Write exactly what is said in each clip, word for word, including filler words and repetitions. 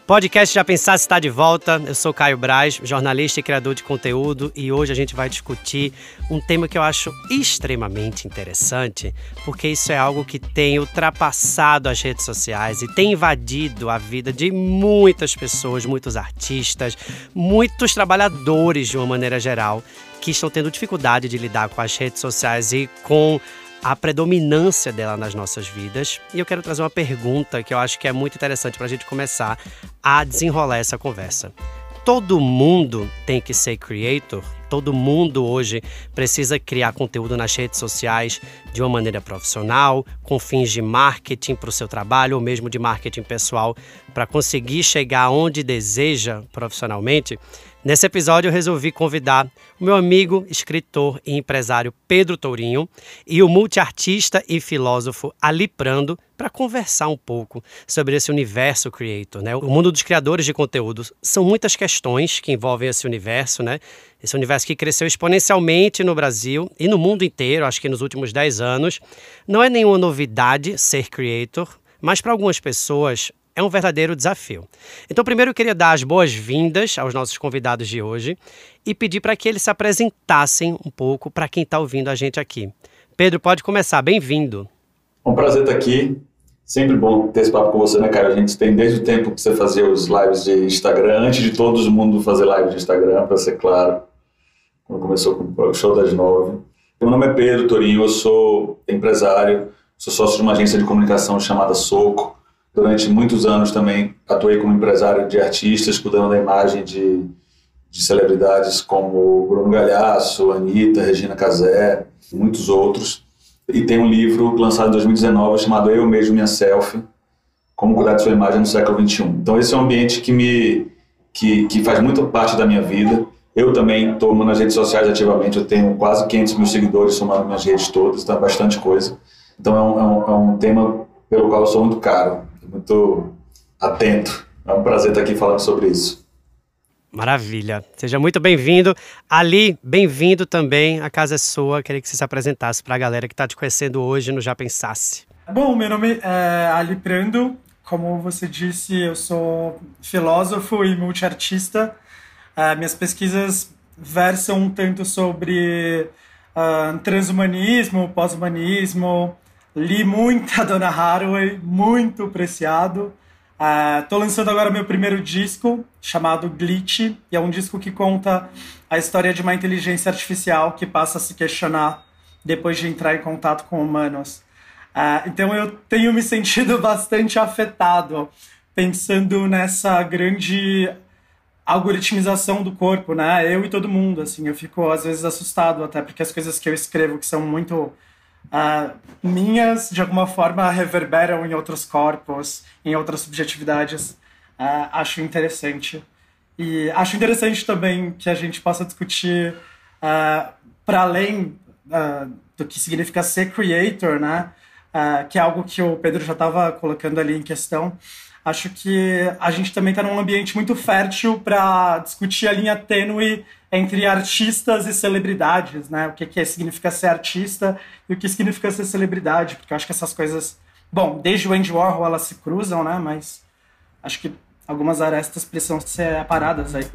Podcast Já Pensasse está de volta. Eu sou Caio Braz, jornalista e criador de conteúdo, e hoje a gente vai discutir um tema que eu acho extremamente interessante, porque isso é algo que tem ultrapassado as redes sociais e tem invadido a vida de muitas pessoas, muitos artistas, muitos trabalhadores de uma maneira geral, que estão tendo dificuldade de lidar com as redes sociais e com a predominância dela nas nossas vidas. E eu quero trazer uma pergunta que eu acho que é muito interessante para a gente começar a desenrolar essa conversa. Todo mundo tem que ser creator? Todo mundo hoje precisa criar conteúdo nas redes sociais de uma maneira profissional, com fins de marketing para o seu trabalho ou mesmo de marketing pessoal, para conseguir chegar onde deseja profissionalmente? Nesse episódio eu resolvi convidar o meu amigo, escritor e empresário Pedro Tourinho e o multiartista e filósofo Ali Prando para conversar um pouco sobre esse universo creator, né? O mundo dos criadores de conteúdo. São muitas questões que envolvem esse universo, né? Esse universo que cresceu exponencialmente no Brasil e no mundo inteiro, acho que nos últimos dez anos. Não é nenhuma novidade ser creator, mas para algumas pessoas é um verdadeiro desafio. Então, primeiro eu queria dar as boas-vindas aos nossos convidados de hoje e pedir para que eles se apresentassem um pouco para quem está ouvindo a gente aqui. Pedro, pode começar. Bem-vindo. É um prazer estar aqui. Sempre bom ter esse papo com você, né, cara? A gente tem desde o tempo que você fazia os lives de Instagram, antes de todo mundo fazer live de Instagram, para ser claro, quando começou com o Show das Nove. Meu nome é Pedro Tourinho, eu sou empresário, sou sócio de uma agência de comunicação chamada Soco. Durante muitos anos também atuei como empresário de artistas, cuidando da imagem de, de celebridades como Bruno Galhaço, Anitta, Regina Casé, e muitos outros. E tem um livro lançado em dois mil e dezenove chamado Eu Mesmo Minha Selfie, Como Cuidar de Sua Imagem no Século vinte e um. Então esse é um ambiente que, me, que, que faz muita parte da minha vida. Eu também estou nas redes sociais ativamente, eu tenho quase quinhentos mil seguidores somando minhas redes todas, então é bastante coisa. Então é um, é um, é um tema pelo qual eu sou muito caro, muito atento. É um prazer estar aqui falando sobre isso. Maravilha. Seja muito bem-vindo. Ali, bem-vindo também. A casa é sua. Queria que você se apresentasse para a galera que está te conhecendo hoje no Já Pensasse. Bom, meu nome é Ali Prando. Como você disse, eu sou filósofo e multiartista. Uh, minhas pesquisas versam um tanto sobre uh, transhumanismo, pós-humanismo. Li muito a Donna Haraway, muito preciado. Estou uh, lançando agora meu primeiro disco, chamado Glitch, e é um disco que conta a história de uma inteligência artificial que passa a se questionar depois de entrar em contato com humanos. Uh, então eu tenho me sentido bastante afetado, pensando nessa grande algoritmização do corpo, né? Eu e todo mundo, assim, eu fico às vezes assustado até, porque as coisas que eu escrevo que são muito Uh, minhas, de alguma forma, reverberam em outros corpos, em outras subjetividades. Uh, acho interessante. E acho interessante também que a gente possa discutir, uh, para além uh, do que significa ser creator, né? Uh, que é algo que o Pedro já estava colocando ali em questão. Acho que a gente também está num ambiente muito fértil para discutir a linha tênue entre artistas e celebridades, né? O que, que significa ser artista e o que significa ser celebridade, porque eu acho que essas coisas, bom, desde o Andy Warhol elas se cruzam, né? Mas acho que algumas arestas precisam ser aparadas aí.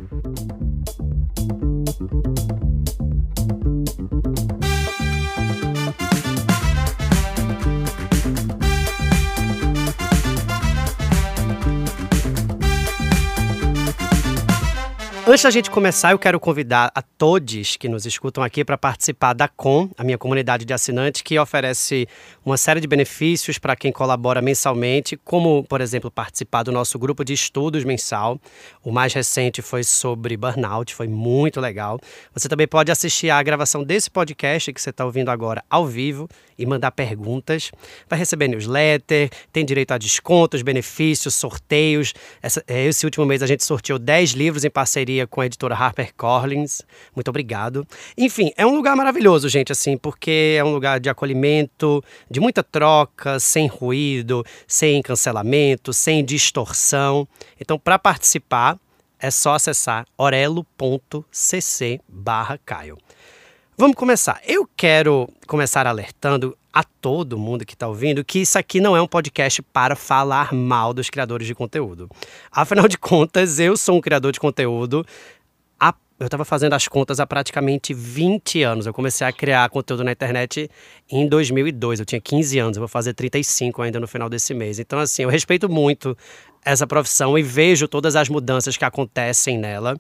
Antes da gente começar, eu quero convidar a todos que nos escutam aqui para participar da Com, a minha comunidade de assinantes, que oferece uma série de benefícios para quem colabora mensalmente, como, por exemplo, participar do nosso grupo de estudos mensal. O mais recente foi sobre burnout, foi muito legal. Você também pode assistir à gravação desse podcast que você está ouvindo agora ao vivo e mandar perguntas. Vai receber newsletter, tem direito a descontos, benefícios, sorteios. Essa, esse último mês a gente sorteou dez livros em parceria com a editora HarperCollins. Muito obrigado. Enfim, é um lugar maravilhoso, gente, assim, porque é um lugar de acolhimento, de muita troca, sem ruído, sem cancelamento, sem distorção. Então, para participar, é só acessar orelo ponto cc barra Caio. Vamos começar. Eu quero começar alertando a todo mundo que está ouvindo que isso aqui não é um podcast para falar mal dos criadores de conteúdo. Afinal de contas, eu sou um criador de conteúdo. Há, eu estava fazendo as contas há praticamente vinte anos. Eu comecei a criar conteúdo na internet em dois mil e dois. Eu tinha quinze anos, eu vou fazer trinta e cinco ainda no final desse mês. Então, assim, eu respeito muito essa profissão e vejo todas as mudanças que acontecem nela.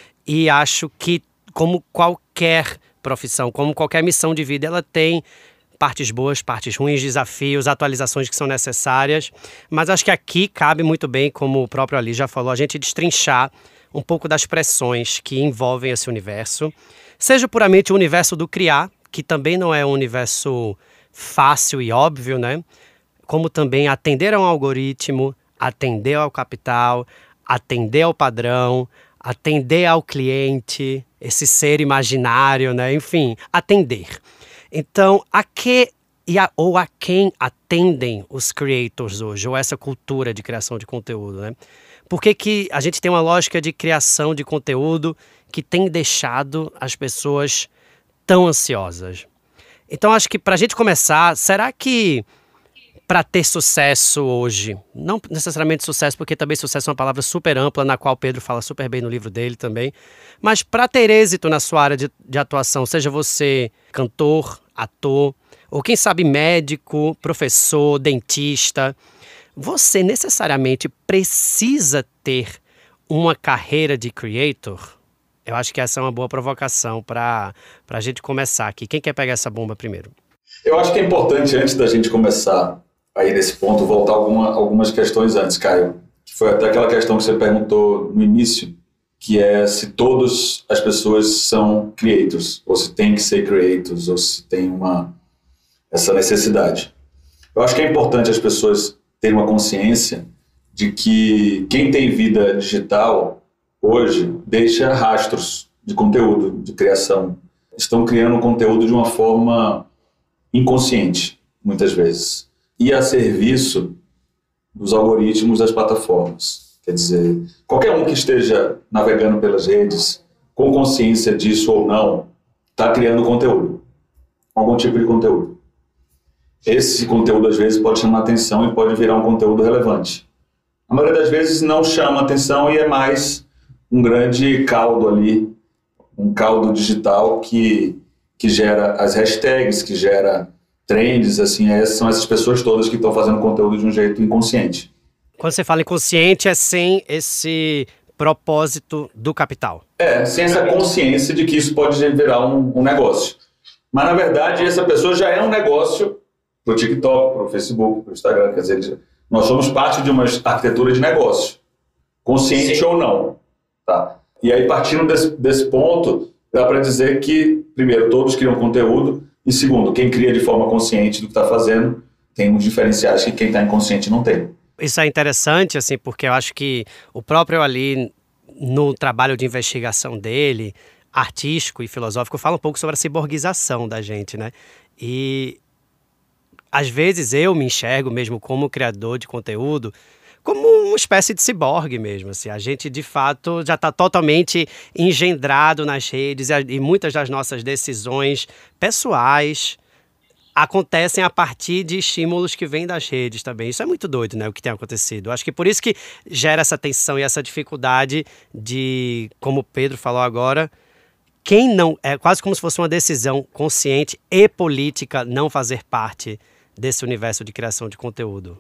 E acho que, como qualquer profissão, como qualquer missão de vida, ela tem partes boas, partes ruins, desafios, atualizações que são necessárias, mas acho que aqui cabe muito bem, como o próprio Ali já falou, a gente destrinchar um pouco das pressões que envolvem esse universo, seja puramente o universo do criar, que também não é um universo fácil e óbvio, né? Como também atender a um algoritmo, atender ao capital, atender ao padrão, atender ao cliente, esse ser imaginário, né? Enfim, atender. Então, a que e a, ou a quem atendem os creators hoje, ou essa cultura de criação de conteúdo, né? Por que que a gente tem uma lógica de criação de conteúdo que tem deixado as pessoas tão ansiosas? Então, acho que para a gente começar, será que para ter sucesso hoje, não necessariamente sucesso, porque também sucesso é uma palavra super ampla, na qual o Pedro fala super bem no livro dele também, mas para ter êxito na sua área de, de atuação, seja você cantor, ator, ou quem sabe médico, professor, dentista, você necessariamente precisa ter uma carreira de creator? Eu acho que essa é uma boa provocação para a gente começar aqui. Quem quer pegar essa bomba primeiro? Eu acho que é importante, antes da gente começar aí nesse ponto, voltar alguma, algumas questões antes, Caio. Que foi até aquela questão que você perguntou no início, que é se todas as pessoas são creators, ou se tem que ser creators, ou se tem uma, essa necessidade. Eu acho que é importante as pessoas terem uma consciência de que quem tem vida digital hoje deixa rastros de conteúdo, de criação. Estão criando conteúdo de uma forma inconsciente, muitas vezes, e a serviço dos algoritmos das plataformas. Quer dizer, qualquer um que esteja navegando pelas redes, com consciência disso ou não, está criando conteúdo, algum tipo de conteúdo. Esse conteúdo, às vezes, pode chamar atenção e pode virar um conteúdo relevante. A maioria das vezes não chama atenção e é mais um grande caldo ali, um caldo digital que, que gera as hashtags, que gera trends, assim, é, são essas pessoas todas que estão fazendo conteúdo de um jeito inconsciente. Quando você fala inconsciente, é sem esse propósito do capital. É, sem essa consciência de que isso pode virar um, um negócio. Mas, na verdade, essa pessoa já é um negócio para o TikTok, para o Facebook, para o Instagram. Quer dizer, nós somos parte de uma arquitetura de negócio, consciente Sim. ou não. Tá? E aí, partindo desse, desse ponto, dá para dizer que, primeiro, todos criam conteúdo, e segundo, quem cria de forma consciente do que está fazendo tem uns diferenciais que quem está inconsciente não tem. Isso é interessante, assim, porque eu acho que o próprio Ali, no trabalho de investigação dele, artístico e filosófico, fala um pouco sobre a ciborguização da gente, né? E às vezes eu me enxergo mesmo como criador de conteúdo como uma espécie de ciborgue mesmo, assim. A gente, de fato, já está totalmente engendrado nas redes e, e muitas das nossas decisões pessoais acontecem a partir de estímulos que vêm das redes também. Isso é muito doido, né, o que tem acontecido. Acho que por isso que gera essa tensão e essa dificuldade de, como o Pedro falou agora, quem não... É quase como se fosse uma decisão consciente e política não fazer parte desse universo de criação de conteúdo.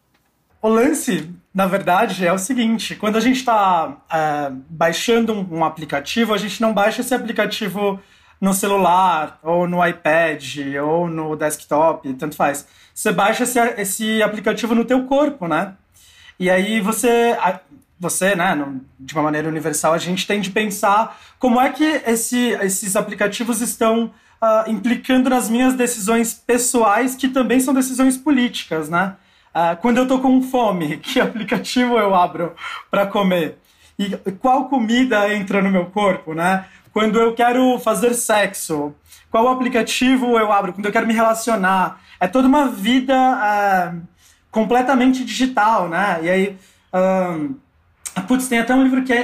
O lance, na verdade, é o seguinte: quando a gente está é, baixando um, um aplicativo, a gente não baixa esse aplicativo no celular, ou no iPad, ou no desktop, tanto faz. Você baixa esse, esse aplicativo no teu corpo, né? E aí você, você, né, de uma maneira universal, a gente tem de pensar como é que esse, esses aplicativos estão uh, implicando nas minhas decisões pessoais, que também são decisões políticas, né? Uh, quando eu tô com fome, que aplicativo eu abro para comer? E qual comida entra no meu corpo, né? Quando eu quero fazer sexo, qual aplicativo eu abro? Quando eu quero me relacionar. É toda uma vida uh, completamente digital, né? E aí, um, putz, tem até um livro que é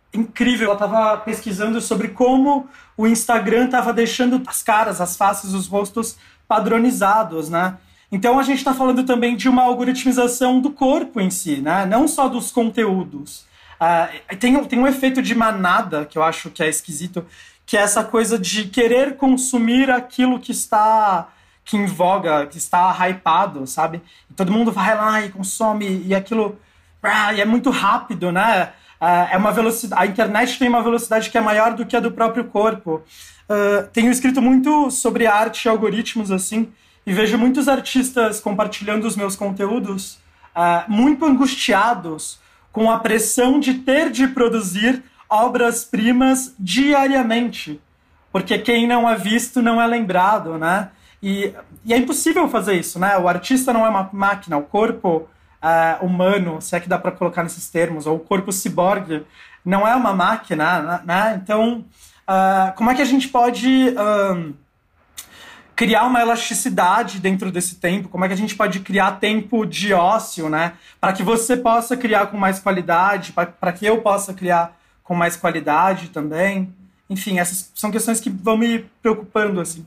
incrível. Ela estava pesquisando sobre como o Instagram estava deixando as caras, as faces, os rostos padronizados, né? Então a gente está falando também de uma algoritmização do corpo em si, né? Não só dos conteúdos. Uh, tem, tem um efeito de manada que eu acho que é esquisito, que é essa coisa de querer consumir aquilo que está que em voga, que está hypado, sabe? E todo mundo vai lá e consome, e aquilo ah, e é muito rápido, né? Uh, é uma velocidade, a internet tem uma velocidade que é maior do que a do próprio corpo. Uh, tenho escrito muito sobre arte e algoritmos, assim, e vejo muitos artistas compartilhando os meus conteúdos uh, muito angustiados com a pressão de ter de produzir obras-primas diariamente. Porque quem não é visto não é lembrado, né? E, e é impossível fazer isso, né? O artista não é uma máquina, o corpo uh, humano, se é que dá para colocar nesses termos, ou o corpo ciborgue, não é uma máquina, né? Então, uh, como é que a gente pode um, criar uma elasticidade dentro desse tempo? Como é que a gente pode criar tempo de ócio, né? Para que você possa criar com mais qualidade, para que eu possa criar com mais qualidade também. Enfim, essas são questões que vão me preocupando, assim.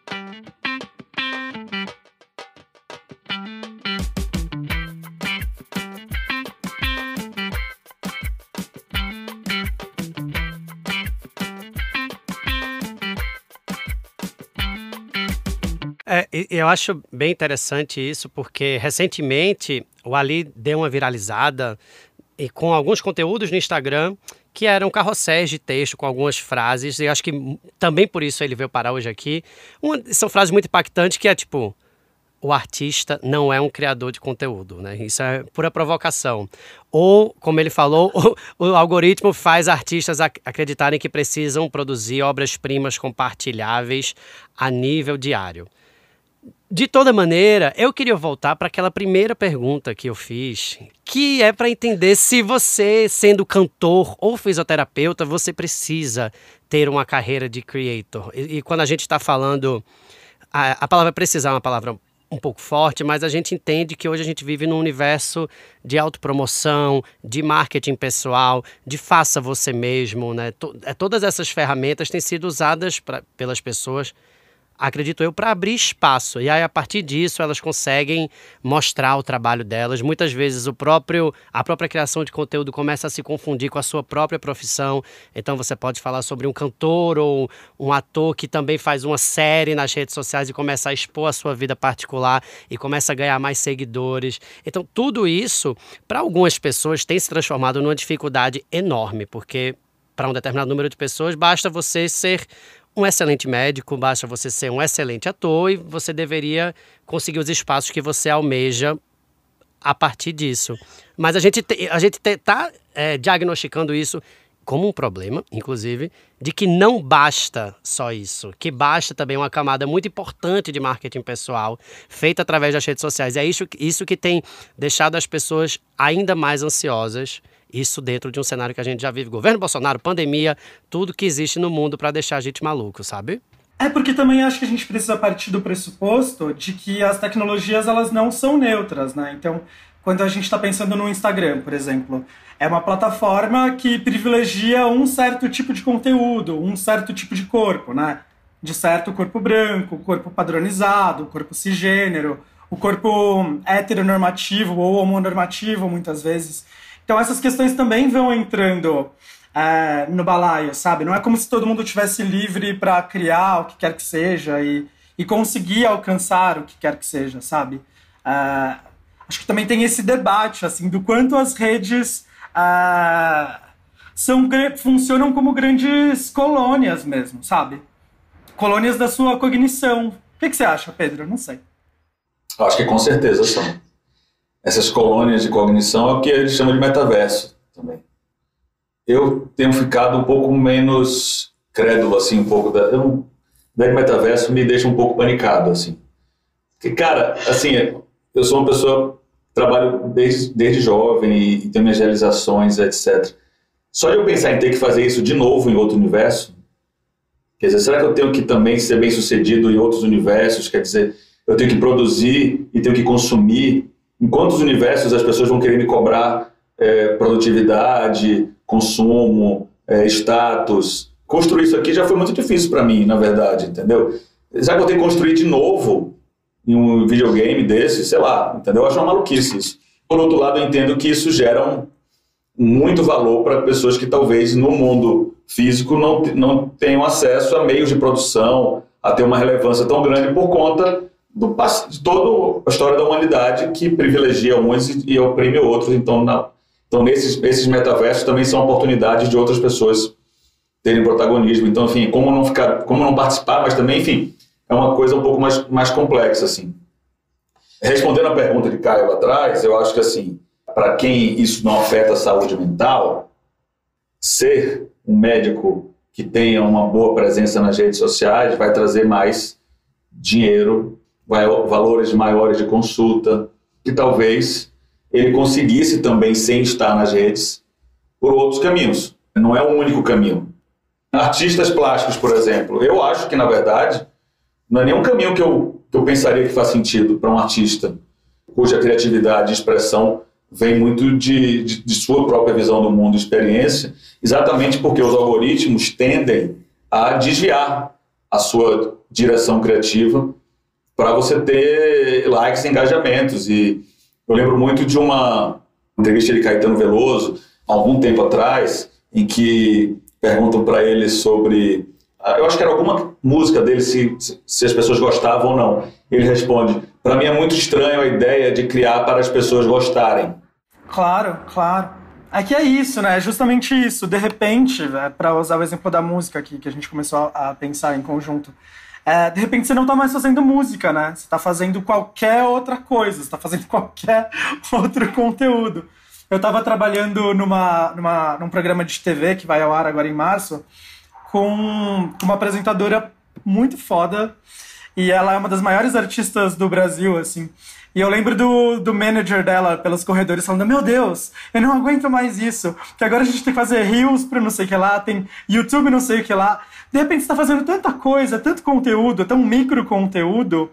É, eu acho bem interessante isso, porque recentemente o Ali deu uma viralizada e com alguns conteúdos no Instagram que eram carrosséis de texto com algumas frases, e eu acho que também por isso ele veio parar hoje aqui. Uma, são frases muito impactantes que é tipo: o artista não é um criador de conteúdo, né? Isso é pura provocação. Ou, como ele falou, o, o algoritmo faz artistas ac- acreditarem que precisam produzir obras-primas compartilháveis a nível diário. De toda maneira, eu queria voltar para aquela primeira pergunta que eu fiz, que é para entender se você, sendo cantor ou fisioterapeuta, você precisa ter uma carreira de creator. E, e quando a gente está falando, a, a palavra precisar é uma palavra um pouco forte, mas a gente entende que hoje a gente vive num universo de autopromoção, de marketing pessoal, de faça você mesmo, né? To, é, todas essas ferramentas têm sido usadas pra, pelas pessoas, acredito eu, para abrir espaço. E aí, a partir disso, elas conseguem mostrar o trabalho delas. Muitas vezes, o próprio, a própria criação de conteúdo começa a se confundir com a sua própria profissão. Então, você pode falar sobre um cantor ou um ator que também faz uma série nas redes sociais e começa a expor a sua vida particular e começa a ganhar mais seguidores. Então, tudo isso, para algumas pessoas, tem se transformado numa dificuldade enorme, porque para um determinado número de pessoas, basta você ser um excelente médico, basta você ser um excelente ator e você deveria conseguir os espaços que você almeja a partir disso. Mas a gente te, a gente está é, diagnosticando isso como um problema, inclusive, de que não basta só isso, que basta também uma camada muito importante de marketing pessoal feita através das redes sociais. É isso, isso que tem deixado as pessoas ainda mais ansiosas. Isso dentro de um cenário que a gente já vive. Governo Bolsonaro, pandemia, tudo que existe no mundo para deixar a gente maluco, sabe? É porque também acho que a gente precisa partir do pressuposto de que as tecnologias elas não são neutras, né? Então, quando a gente está pensando no Instagram, por exemplo, é uma plataforma que privilegia um certo tipo de conteúdo, um certo tipo de corpo, né? De certo corpo branco, corpo padronizado, corpo cisgênero, o corpo heteronormativo ou homonormativo, muitas vezes. Então essas questões também vão entrando é, no balaio, sabe? Não é como se todo mundo tivesse livre para criar o que quer que seja e, e conseguir alcançar o que quer que seja, sabe? É, acho que também tem esse debate, assim, do quanto as redes é, são, funcionam como grandes colônias mesmo, sabe? Colônias da sua cognição. O que, que você acha, Pedro? Não sei. Acho que com certeza são. Essas colônias de cognição é o que eles chamam de metaverso também. Eu tenho ficado um pouco menos crédulo, assim, um pouco da... Eu não, daí metaverso me deixa um pouco panicado, assim. Porque, cara, assim, eu sou uma pessoa que trabalho desde, desde jovem e, e tenho minhas realizações, etcétera. Só de eu pensar em ter que fazer isso de novo em outro universo, quer dizer, será que eu tenho que também ser bem sucedido em outros universos? Quer dizer, eu tenho que produzir e tenho que consumir. Em quantos universos as pessoas vão querer me cobrar é, produtividade, consumo, é, status. Construir isso aqui já foi muito difícil para mim, na verdade, entendeu? Já que eu tenho que construir de novo em um videogame desse, sei lá, entendeu? Eu acho uma maluquice isso. Por outro lado, eu entendo que isso gera um, muito valor para pessoas que talvez no mundo físico não, não tenham acesso a meios de produção, a ter uma relevância tão grande por conta do, de toda a história da humanidade que privilegia uns e, e oprime outros. Então, não. Então nesses, esses metaversos também são oportunidades de outras pessoas terem protagonismo. Então, enfim, como não, ficar, como não participar, mas também, enfim, é uma coisa um pouco mais, mais complexa, assim. Respondendo a pergunta de Caio lá atrás, eu acho que, assim, para quem isso não afeta a saúde mental, ser um médico que tenha uma boa presença nas redes sociais vai trazer mais dinheiro, vai, valores maiores de consulta, que talvez ele conseguisse também, sem estar nas redes, por outros caminhos. Não é o único caminho. Artistas plásticos, por exemplo, eu acho que, na verdade, não é nenhum caminho que eu, que eu pensaria que faz sentido para um artista cuja criatividade e expressão vem muito de, de, de sua própria visão do mundo e experiência, exatamente porque os algoritmos tendem a desviar a sua direção criativa para você ter likes e engajamentos. E eu lembro muito de uma entrevista de Caetano Veloso, há algum tempo atrás, em que perguntam para ele sobre... Eu acho que era alguma música dele, se, se as pessoas gostavam ou não. Ele responde, para mim é muito estranho a ideia de criar para as pessoas gostarem. Claro, claro. É que é isso, né? É justamente isso. De repente, para usar o exemplo da música aqui, que a gente começou a pensar em conjunto, é, de repente você não está mais fazendo música, né? Você está fazendo qualquer outra coisa, você está fazendo qualquer outro conteúdo. Eu estava trabalhando numa, numa, num programa de T V que vai ao ar agora em março, com uma apresentadora muito foda, e ela é uma das maiores artistas do Brasil, assim. E eu lembro do, do manager dela pelos corredores falando, meu Deus, eu não aguento mais isso, que agora a gente tem que fazer reels pro não sei o que lá, tem YouTube não sei o que lá. De repente você tá fazendo tanta coisa, tanto conteúdo, tão micro conteúdo,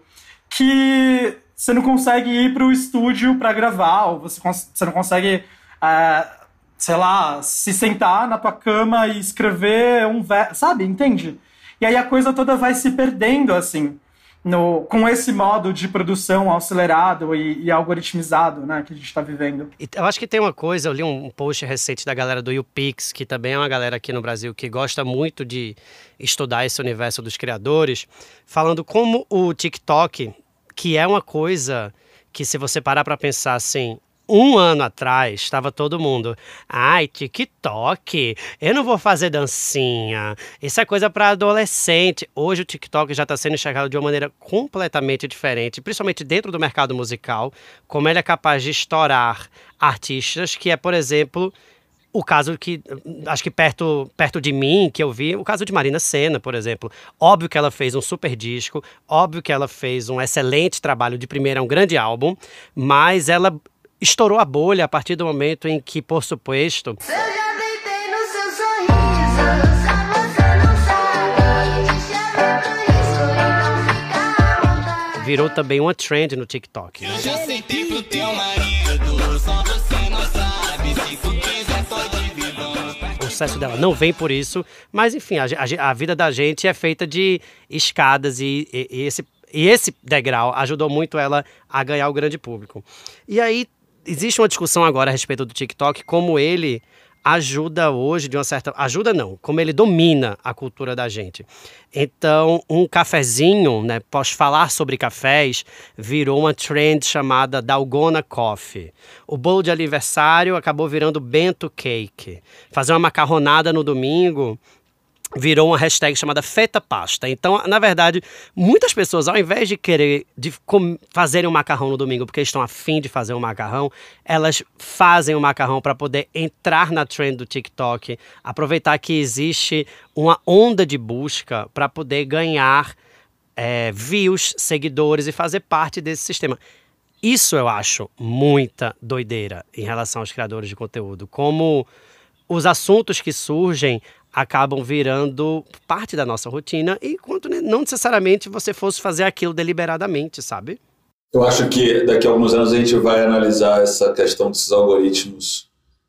que você não consegue ir pro estúdio pra gravar, ou você, você não consegue... Uh, sei lá, se sentar na tua cama e escrever um verso, sabe? Entende? E aí a coisa toda vai se perdendo, assim, no, com esse modo de produção acelerado e, e algoritmizado, né, que a gente está vivendo. Eu acho que tem uma coisa, eu li um post recente da galera do YouPix, que também é uma galera aqui no Brasil que gosta muito de estudar esse universo dos criadores, falando como o TikTok, que é uma coisa que, se você parar para pensar assim, um ano atrás, estava todo mundo, ai, TikTok, eu não vou fazer dancinha, isso é coisa para adolescente. Hoje o TikTok já está sendo enxergado de uma maneira completamente diferente, principalmente dentro do mercado musical, como ele é capaz de estourar artistas, que é, por exemplo, o caso que, acho que perto, perto de mim, que eu vi, o caso de Marina Sena, por exemplo. Óbvio que ela fez um super disco, óbvio que ela fez um excelente trabalho de primeira, um grande álbum, mas ela estourou a bolha a partir do momento em que, por suposto, eu já deitei no seu sorriso, só você não sabe, virou também uma trend no TikTok. Eu já sentei pro teu marido, só você não sabe, se tu quiser pode vir. O sucesso dela não vem por isso, mas enfim, a, a, a vida da gente é feita de escadas e, e, e esse, e esse degrau ajudou muito ela a ganhar o grande público. E aí, existe uma discussão agora a respeito do TikTok, como ele ajuda hoje, de uma certa... Ajuda não, como ele domina a cultura da gente. Então, um cafezinho, né, posso falar sobre cafés, virou uma trend chamada Dalgona Coffee. O bolo de aniversário acabou virando Bento Cake. Fazer uma macarronada no domingo virou uma hashtag chamada Feta Pasta. Então, na verdade, muitas pessoas, ao invés de querer de fazerem um macarrão no domingo porque estão afim de fazer um macarrão, elas fazem o um macarrão para poder entrar na trend do TikTok, aproveitar que existe uma onda de busca para poder ganhar é, views, seguidores e fazer parte desse sistema. Isso eu acho muita doideira em relação aos criadores de conteúdo. Como os assuntos que surgem acabam virando parte da nossa rotina, enquanto não necessariamente você fosse fazer aquilo deliberadamente, sabe? Eu acho que daqui a alguns anos a gente vai analisar essa questão desses algoritmos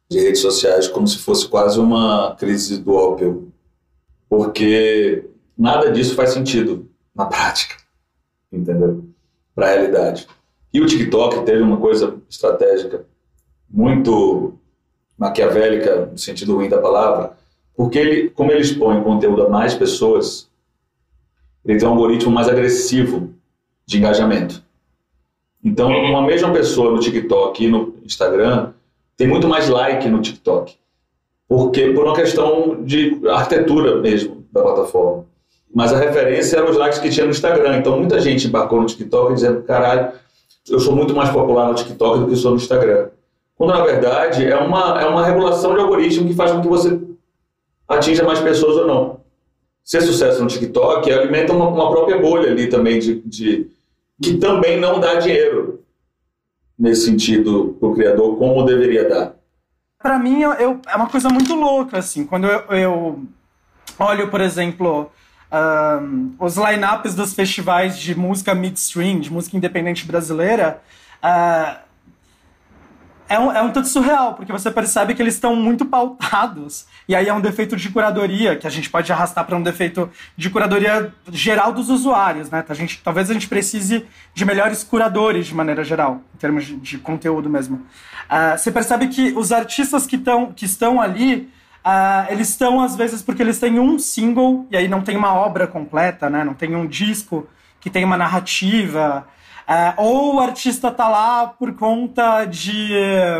de redes sociais como se fosse quase uma crise do ópio, porque nada disso faz sentido na prática, entendeu? Para a realidade. E o TikTok teve uma coisa estratégica muito maquiavélica, no sentido ruim da palavra, porque ele, como ele expõe conteúdo a mais pessoas, ele tem um algoritmo mais agressivo de engajamento. Então, uma mesma pessoa no TikTok e no Instagram tem muito mais like no TikTok, porque por uma questão de arquitetura mesmo da plataforma. Mas a referência eram os likes que tinha no Instagram. Então, muita gente embarcou no TikTok dizendo, caralho, eu sou muito mais popular no TikTok do que sou no Instagram. Quando, na verdade, é uma, é uma regulação de algoritmo que faz com que você atinja mais pessoas ou não. Ser sucesso no TikTok alimenta uma, uma própria bolha ali também, de, de, que também não dá dinheiro nesse sentido para o criador, como deveria dar. Para mim, eu, eu, é uma coisa muito louca, assim. Quando eu, eu olho, por exemplo, um, os line-ups dos festivais de música midstream, de música independente brasileira, uh, É um, é um tanto surreal, porque você percebe que eles estão muito pautados, e aí é um defeito de curadoria, que a gente pode arrastar para um defeito de curadoria geral dos usuários, né? A gente, talvez a gente precise de melhores curadores, de maneira geral, em termos de, de conteúdo mesmo. Uh, você percebe que os artistas que, tão, que estão ali, uh, eles estão, às vezes, porque eles têm um single, e aí não tem uma obra completa, né? Não tem um disco que tem uma narrativa. Uh, ou o artista tá lá por conta de,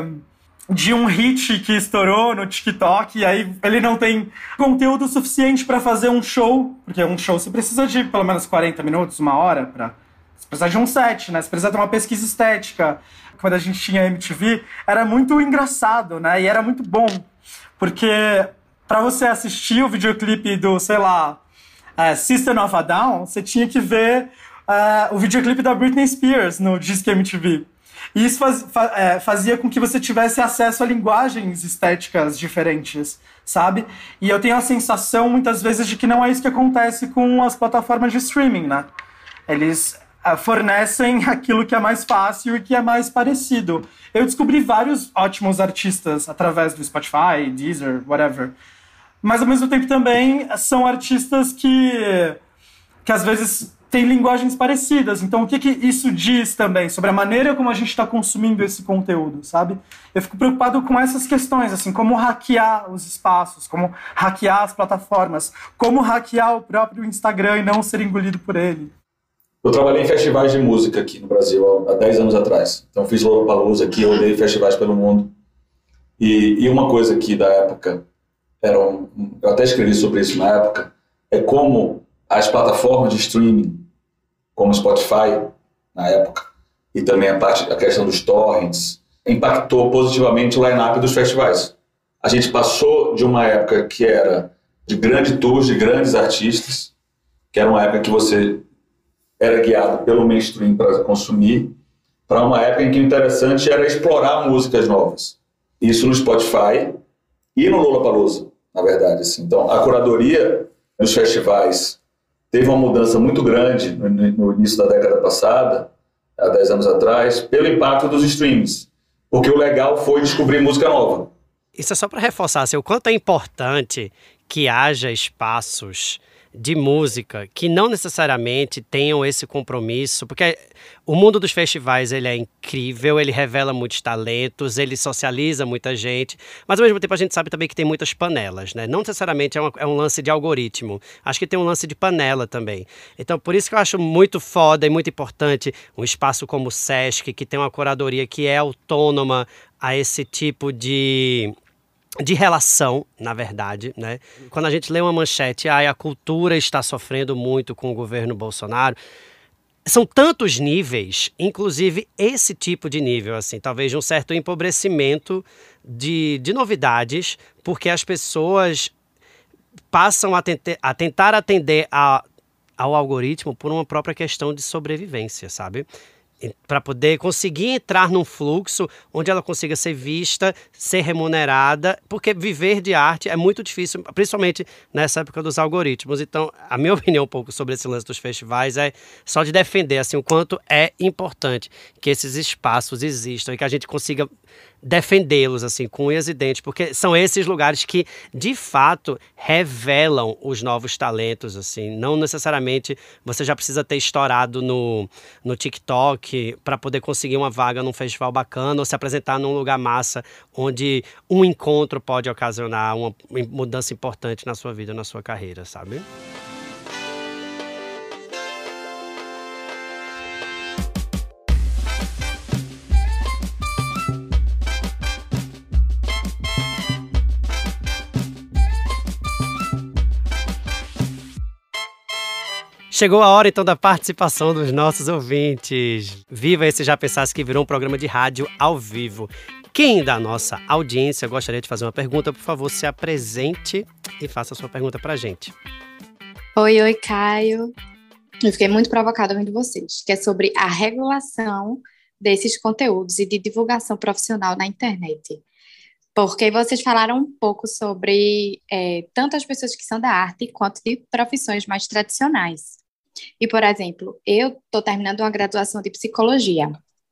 de um hit que estourou no TikTok, e aí ele não tem conteúdo suficiente para fazer um show, porque um show você precisa de pelo menos quarenta minutos, uma hora, pra, você precisa de um set, né? Você precisa ter uma pesquisa estética. Quando a gente tinha M T V, era muito engraçado, né? E era muito bom, porque para você assistir o videoclipe do, sei lá, uh, System of a Down, você tinha que ver Uh, o videoclipe da Britney Spears no Disque M T V. E isso faz, fa, é, fazia com que você tivesse acesso a linguagens estéticas diferentes, sabe? E eu tenho a sensação, muitas vezes, de que não é isso que acontece com as plataformas de streaming, né? Eles uh, fornecem aquilo que é mais fácil e que é mais parecido. Eu descobri vários ótimos artistas através do Spotify, Deezer, whatever. Mas, ao mesmo tempo, também são artistas que, que às vezes tem linguagens parecidas. Então, o que, que isso diz também sobre a maneira como a gente está consumindo esse conteúdo, sabe? Eu fico preocupado com essas questões, assim, como hackear os espaços, como hackear as plataformas, como hackear o próprio Instagram e não ser engolido por ele. Eu trabalhei em festivais de música aqui no Brasil há dez anos atrás. Então, fiz Lollapalooza aqui, eu rodei festivais pelo mundo. E, e uma coisa que, da época, era um, eu até escrevi sobre isso na época, é como as plataformas de streaming, como o Spotify, na época, e também a, parte, a questão dos torrents, impactou positivamente o line-up dos festivais. A gente passou de uma época que era de grandes tours, de grandes artistas, que era uma época que você era guiado pelo mainstream para consumir, para uma época em que o interessante era explorar músicas novas. Isso no Spotify e no Lollapalooza, na verdade. Assim. Então, a curadoria dos festivais teve uma mudança muito grande no, no início da década passada, há dez anos atrás, pelo impacto dos streams. Porque o legal foi descobrir música nova. Isso é só para reforçar assim, o quanto é importante que haja espaços de música que não necessariamente tenham esse compromisso, porque o mundo dos festivais ele é incrível, ele revela muitos talentos, ele socializa muita gente, mas ao mesmo tempo a gente sabe também que tem muitas panelas, né? Não necessariamente é, uma, é um lance de algoritmo, acho que tem um lance de panela também. Então por isso que eu acho muito foda e muito importante um espaço como o Sesc, que tem uma curadoria que é autônoma a esse tipo de... de relação, na verdade, né? Quando a gente lê uma manchete, ah, a cultura está sofrendo muito com o governo Bolsonaro, são tantos níveis, inclusive esse tipo de nível, assim, talvez de um certo empobrecimento de, de novidades, porque as pessoas passam a, tente, a tentar atender a, ao algoritmo por uma própria questão de sobrevivência, sabe? Para poder conseguir entrar num fluxo onde ela consiga ser vista, ser remunerada, porque viver de arte é muito difícil, principalmente nessa época dos algoritmos. Então, a minha opinião um pouco sobre esse lance dos festivais é só de defender assim, o quanto é importante que esses espaços existam e que a gente consiga defendê-los, assim, com unhas e dentes, porque são esses lugares que, de fato, revelam os novos talentos, assim. Não necessariamente você já precisa ter estourado no, no TikTok para poder conseguir uma vaga num festival bacana ou se apresentar num lugar massa, onde um encontro pode ocasionar uma mudança importante na sua vida, na sua carreira, sabe? Chegou a hora, então, da participação dos nossos ouvintes. Viva esse Já Pensasse que virou um programa de rádio ao vivo. Quem da nossa audiência gostaria de fazer uma pergunta, por favor, se apresente e faça a sua pergunta pra gente. Oi, oi, Caio. Eu fiquei muito provocada ouvindo vocês, que é sobre a regulação desses conteúdos e de divulgação profissional na internet. Porque vocês falaram um pouco sobre é, tanto as pessoas que são da arte quanto de profissões mais tradicionais. E, por exemplo, eu estou terminando uma graduação de psicologia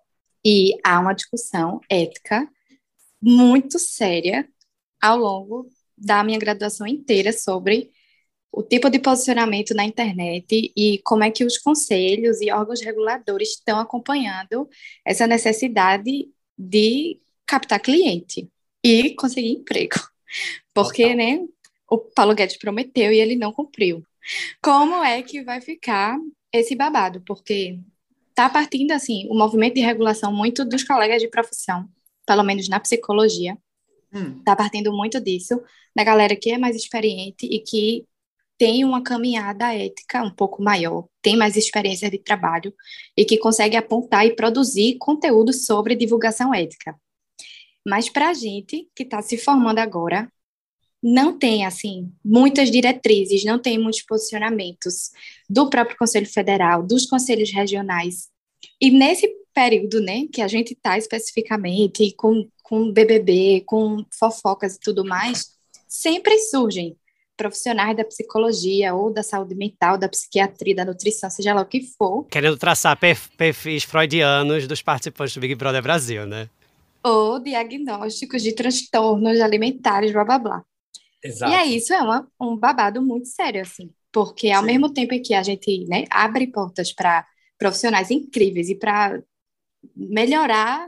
e há uma discussão ética muito séria ao longo da minha graduação inteira sobre o tipo de posicionamento na internet e como é que os conselhos e órgãos reguladores estão acompanhando essa necessidade de captar cliente e conseguir emprego. Porque, né, o Paulo Guedes prometeu e ele não cumpriu. Como é que vai ficar esse babado? Porque está partindo, assim, o movimento de regulação muito dos colegas de profissão, pelo menos na psicologia, está hum. partindo muito disso, da galera que é mais experiente e que tem uma caminhada ética um pouco maior, tem mais experiência de trabalho e que consegue apontar e produzir conteúdo sobre divulgação ética. Mas para a gente que está se formando agora, não tem, assim, muitas diretrizes, não tem muitos posicionamentos do próprio Conselho Federal, dos conselhos regionais. E nesse período, né, que a gente está especificamente, com, com B B B, com fofocas e tudo mais, sempre surgem profissionais da psicologia ou da saúde mental, da psiquiatria, da nutrição, seja lá o que for. Querendo traçar perfis freudianos dos participantes do Big Brother Brasil, né? Ou diagnósticos de transtornos alimentares, blá, blá, blá. Exato. E aí isso é uma, um babado muito sério, assim, porque ao Sim. mesmo tempo em que a gente, né, abre portas para profissionais incríveis e para melhorar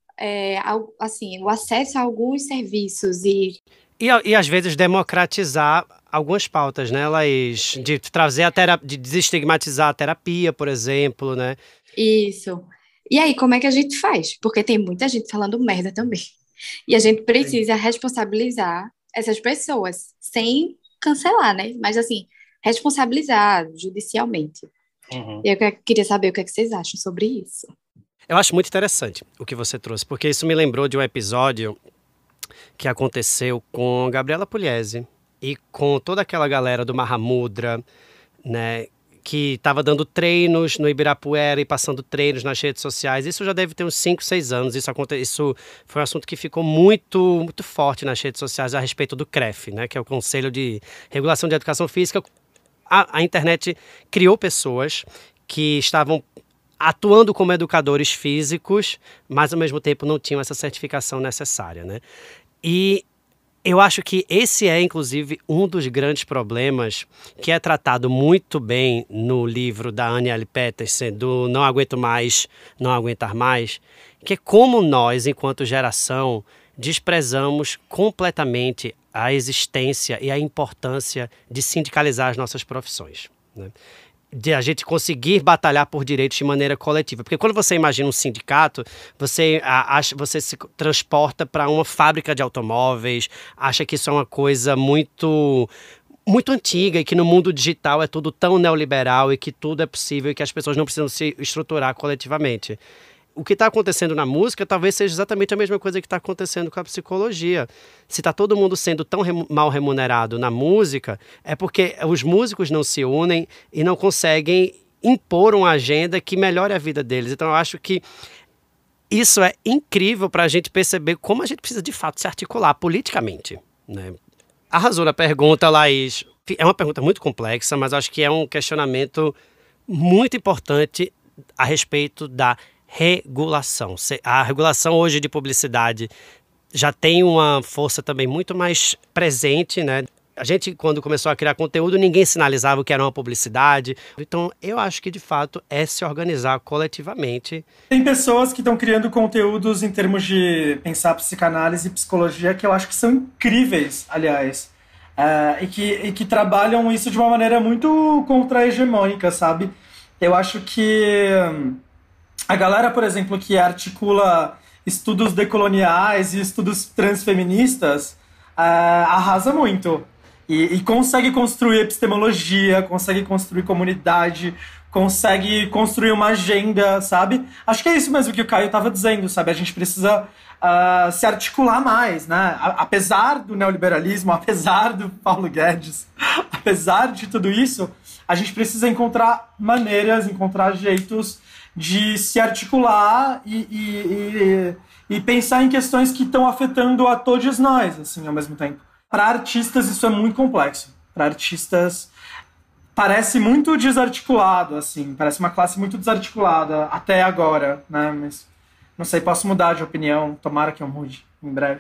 é, assim, o acesso a alguns serviços e... e... E, às vezes, democratizar algumas pautas, né, Laís? De trazer a terapia, de desestigmatizar a terapia, por exemplo, né? Isso. E aí, como é que a gente faz? Porque tem muita gente falando merda também. E a gente precisa Sim. responsabilizar essas pessoas, sem cancelar, né? Mas, assim, responsabilizar judicialmente. Uhum. E eu queria saber o que, é que vocês acham sobre isso. Eu acho muito interessante o que você trouxe, porque isso me lembrou de um episódio que aconteceu com Gabriela Pugliese e com toda aquela galera do Mahamudra, né? Que estava dando treinos no Ibirapuera e passando treinos nas redes sociais. Isso já deve ter uns cinco, seis anos. Isso, aconte... Isso foi um assunto que ficou muito, muito forte nas redes sociais a respeito do C R E F, né? Que é o Conselho de Regulação de Educação Física. A, a internet criou pessoas que estavam atuando como educadores físicos, mas ao mesmo tempo não tinham essa certificação necessária, né? E eu acho que esse é, inclusive, um dos grandes problemas que é tratado muito bem no livro da Anne L. Petersen, do Não Aguento Mais, Não Aguentar Mais, que é como nós, enquanto geração, desprezamos completamente a existência e a importância de sindicalizar as nossas profissões, né? De a gente conseguir batalhar por direitos de maneira coletiva. Porque quando você imagina um sindicato, você, a, acha, você se transporta para uma fábrica de automóveis, acha que isso é uma coisa muito, muito antiga e que no mundo digital é tudo tão neoliberal e que tudo é possível e que as pessoas não precisam se estruturar coletivamente. O que está acontecendo na música talvez seja exatamente a mesma coisa que está acontecendo com a psicologia. Se está todo mundo sendo tão remu- mal remunerado na música, é porque os músicos não se unem e não conseguem impor uma agenda que melhore a vida deles. Então eu acho que isso é incrível para a gente perceber como a gente precisa de fato se articular politicamente, né? Arrasou na pergunta, Laís. É uma pergunta muito complexa, mas acho que é um questionamento muito importante a respeito da regulação. A regulação hoje de publicidade já tem uma força também muito mais presente, né? A gente, quando começou a criar conteúdo, ninguém sinalizava o que era uma publicidade. Então, eu acho que, de fato, é se organizar coletivamente. Tem pessoas que estão criando conteúdos em termos de pensar psicanálise e psicologia que eu acho que são incríveis, aliás. Uh, e, que, e que trabalham isso de uma maneira muito contra-hegemônica, sabe? Eu acho que a galera, por exemplo, que articula estudos decoloniais e estudos transfeministas uh, arrasa muito. E, e consegue construir epistemologia, consegue construir comunidade, consegue construir uma agenda, sabe? Acho que é isso mesmo que o Caio estava dizendo, sabe? A gente precisa uh, se articular mais, né? A, apesar do neoliberalismo, apesar do Paulo Guedes, apesar de tudo isso, a gente precisa encontrar maneiras, encontrar jeitos de se articular e, e, e, e pensar em questões que estão afetando a todos nós, assim, ao mesmo tempo. Para artistas isso é muito complexo. Para artistas parece muito desarticulado, assim, parece uma classe muito desarticulada até agora, né? Mas não sei, posso mudar de opinião, tomara que eu mude em breve.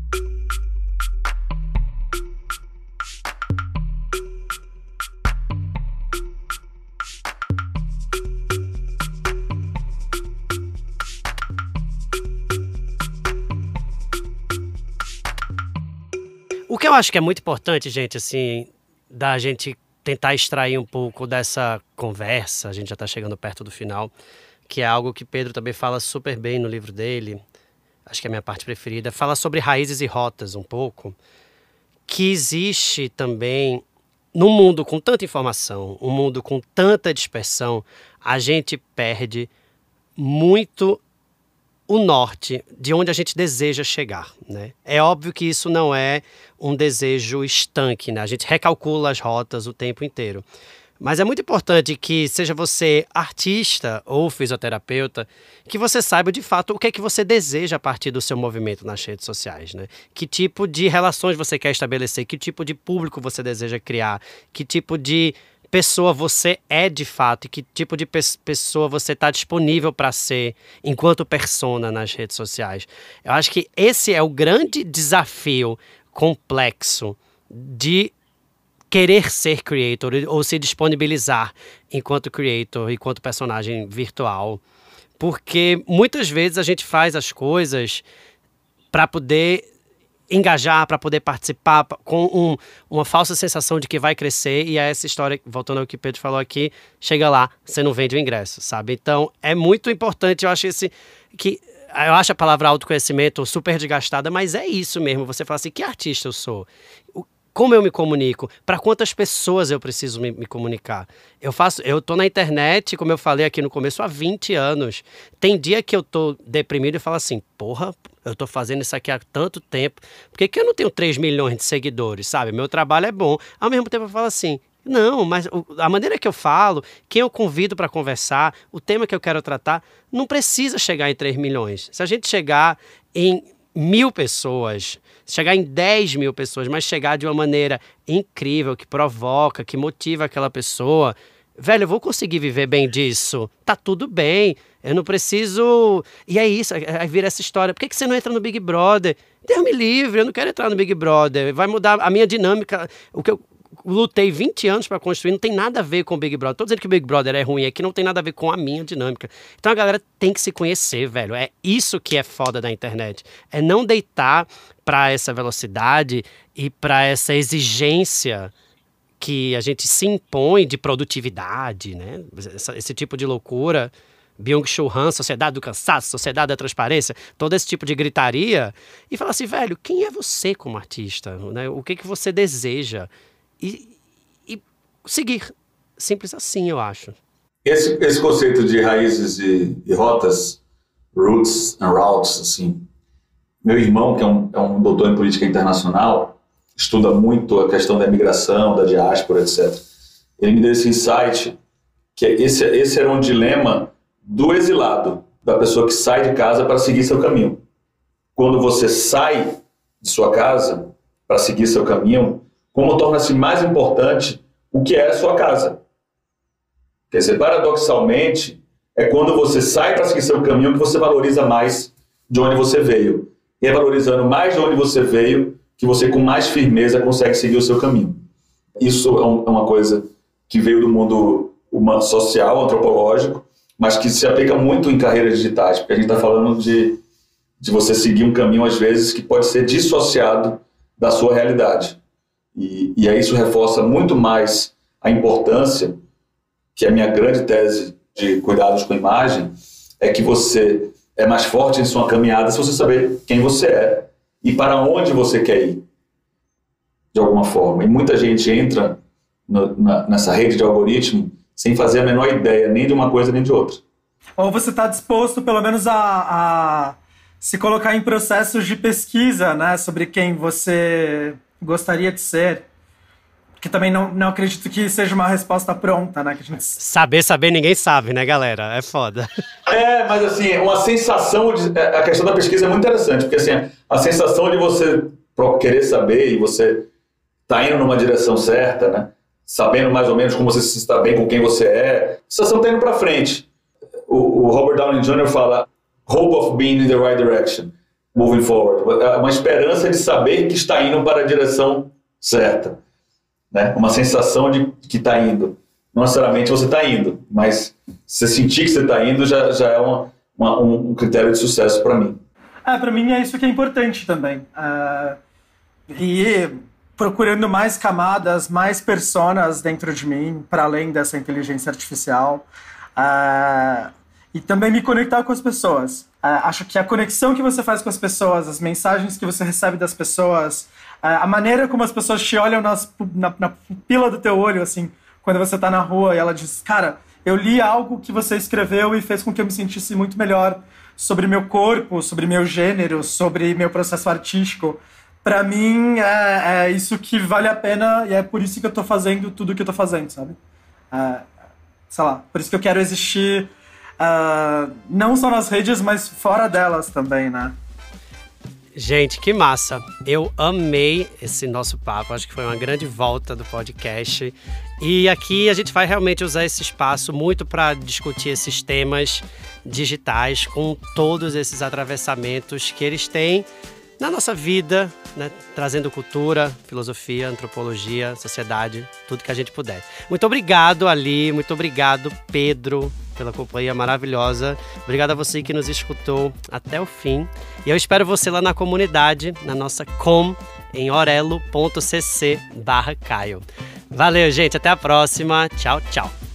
O que eu acho que é muito importante, gente, assim, da gente tentar extrair um pouco dessa conversa, a gente já está chegando perto do final, que é algo que Pedro também fala super bem no livro dele, acho que é a minha parte preferida, fala sobre raízes e rotas um pouco, que existe também, num mundo com tanta informação, um mundo com tanta dispersão, a gente perde muito o norte de onde a gente deseja chegar, né? É óbvio que isso não é um desejo estanque, né? A gente recalcula as rotas o tempo inteiro. Mas é muito importante que, seja você artista ou fisioterapeuta, que você saiba de fato o que é que você deseja a partir do seu movimento nas redes sociais, né? Que tipo de relações você quer estabelecer, que tipo de público você deseja criar, que tipo de pessoa você é de fato e que tipo de pe- pessoa você está disponível para ser enquanto persona nas redes sociais. Eu acho que esse é o grande desafio complexo de querer ser creator ou se disponibilizar enquanto creator, enquanto personagem virtual. Porque muitas vezes a gente faz as coisas para poder engajar, para poder participar, com um, uma falsa sensação de que vai crescer, e é essa história, voltando ao que o Pedro falou aqui, chega lá, você não vende o ingresso, sabe? Então, é muito importante, eu acho esse, que, eu acho a palavra autoconhecimento super desgastada, mas é isso mesmo, você fala assim, que artista eu sou? O, como eu me comunico? Para quantas pessoas eu preciso me, me comunicar? Eu faço, eu tô na internet, como eu falei aqui no começo, há vinte anos. Tem dia que eu tô deprimido e falo assim, porra, eu tô fazendo isso aqui há tanto tempo, por que que eu não tenho três milhões de seguidores, sabe? Meu trabalho é bom. Ao mesmo tempo eu falo assim, não, mas a maneira que eu falo, quem eu convido para conversar, o tema que eu quero tratar, não precisa chegar em três milhões. Se a gente chegar em mil pessoas, chegar em dez mil pessoas, mas chegar de uma maneira incrível, que provoca, que motiva aquela pessoa, velho, eu vou conseguir viver bem disso. Tá tudo bem. Eu não preciso... E é isso, aí vira essa história. Por que que você não entra no Big Brother? Deus me livre, eu não quero entrar no Big Brother. Vai mudar a minha dinâmica. O que eu lutei vinte anos para construir não tem nada a ver com o Big Brother. Tô dizendo que o Big Brother é ruim, aqui não tem nada a ver com a minha dinâmica. Então a galera tem que se conhecer, velho. É isso que é foda da internet. É não deitar para essa velocidade e para essa exigência que a gente se impõe de produtividade, né? Essa, esse tipo de loucura. Byung-Chul Han, Sociedade do Cansaço, Sociedade da Transparência, todo esse tipo de gritaria. E falar assim, velho, quem é você como artista? Né? O que que você deseja? E, e seguir. Simples assim, eu acho. Esse, esse conceito de raízes e, e rotas, roots and routes, assim, meu irmão, que é um, é um doutor em política internacional, estuda muito a questão da imigração, da diáspora, etcétera. Ele me deu esse insight, que esse, esse era um dilema do exilado, da pessoa que sai de casa para seguir seu caminho. Quando você sai de sua casa para seguir seu caminho, como torna-se mais importante o que é a sua casa. Quer dizer, paradoxalmente, É quando você sai para seguir seu caminho que você valoriza mais de onde você veio. E é valorizando mais de onde você veio que você, com mais firmeza, consegue seguir o seu caminho. Isso é, um, é uma coisa que veio do mundo humano, social, antropológico, mas que se aplica muito em carreiras digitais, porque a gente está falando de, de você seguir um caminho, às vezes, que pode ser dissociado da sua realidade. E, e aí isso reforça muito mais a importância, que é a minha grande tese de cuidados com imagem, é que você é mais forte em sua caminhada se você saber quem você é e para onde você quer ir, de alguma forma. E muita gente entra no, na, nessa rede de algoritmo sem fazer a menor ideia nem de uma coisa nem de outra. Ou você está disposto, pelo menos, a, a se colocar em processos de pesquisa, né, sobre quem você gostaria de ser. Que também não, não acredito que seja uma resposta pronta, né? Que a gente... Saber, saber, ninguém sabe, né, galera? É foda. É, mas assim, uma sensação de... A questão da pesquisa é muito interessante, porque assim, a sensação de você querer saber e você tá indo numa direção certa, né? Sabendo mais ou menos como você se está bem com quem você é, a sensação tá indo para frente. O, o Robert Downey Júnior fala hope of being in the right direction, moving forward. Uma esperança de saber que está indo para a direção certa. Né? Uma sensação de que está indo. Não necessariamente você está indo, mas você sentir que você está indo já, já é uma, uma, um critério de sucesso para mim. É, para mim é isso que é importante também. Uh, e procurando mais camadas, mais personas dentro de mim, para além dessa inteligência artificial. Uh, e também me conectar com as pessoas. Uh, acho que a conexão que você faz com as pessoas, as mensagens que você recebe das pessoas, a maneira como as pessoas te olham nas, na, na pupila do teu olho, assim, quando você tá na rua e ela diz, cara, eu li algo que você escreveu e fez com que eu me sentisse muito melhor sobre meu corpo, sobre meu gênero, sobre meu processo artístico. Pra mim, é, é isso que vale a pena e é por isso que eu tô fazendo tudo o que eu tô fazendo, sabe? É, sei lá, por isso que eu quero existir uh, não só nas redes, mas fora delas também, né? Gente, que massa! Eu amei esse nosso papo, acho que foi uma grande volta do podcast. E aqui a gente vai realmente usar esse espaço muito para discutir esses temas digitais com todos esses atravessamentos que eles têm na nossa vida, né? Trazendo cultura, filosofia, antropologia, sociedade, tudo que a gente puder. Muito obrigado, Ali, muito obrigado, Pedro, pela companhia maravilhosa. Obrigado a você que nos escutou até o fim. E eu espero você lá na comunidade, na nossa com, em orelo ponto cc barra Caio. Valeu, gente. Até a próxima. Tchau, tchau.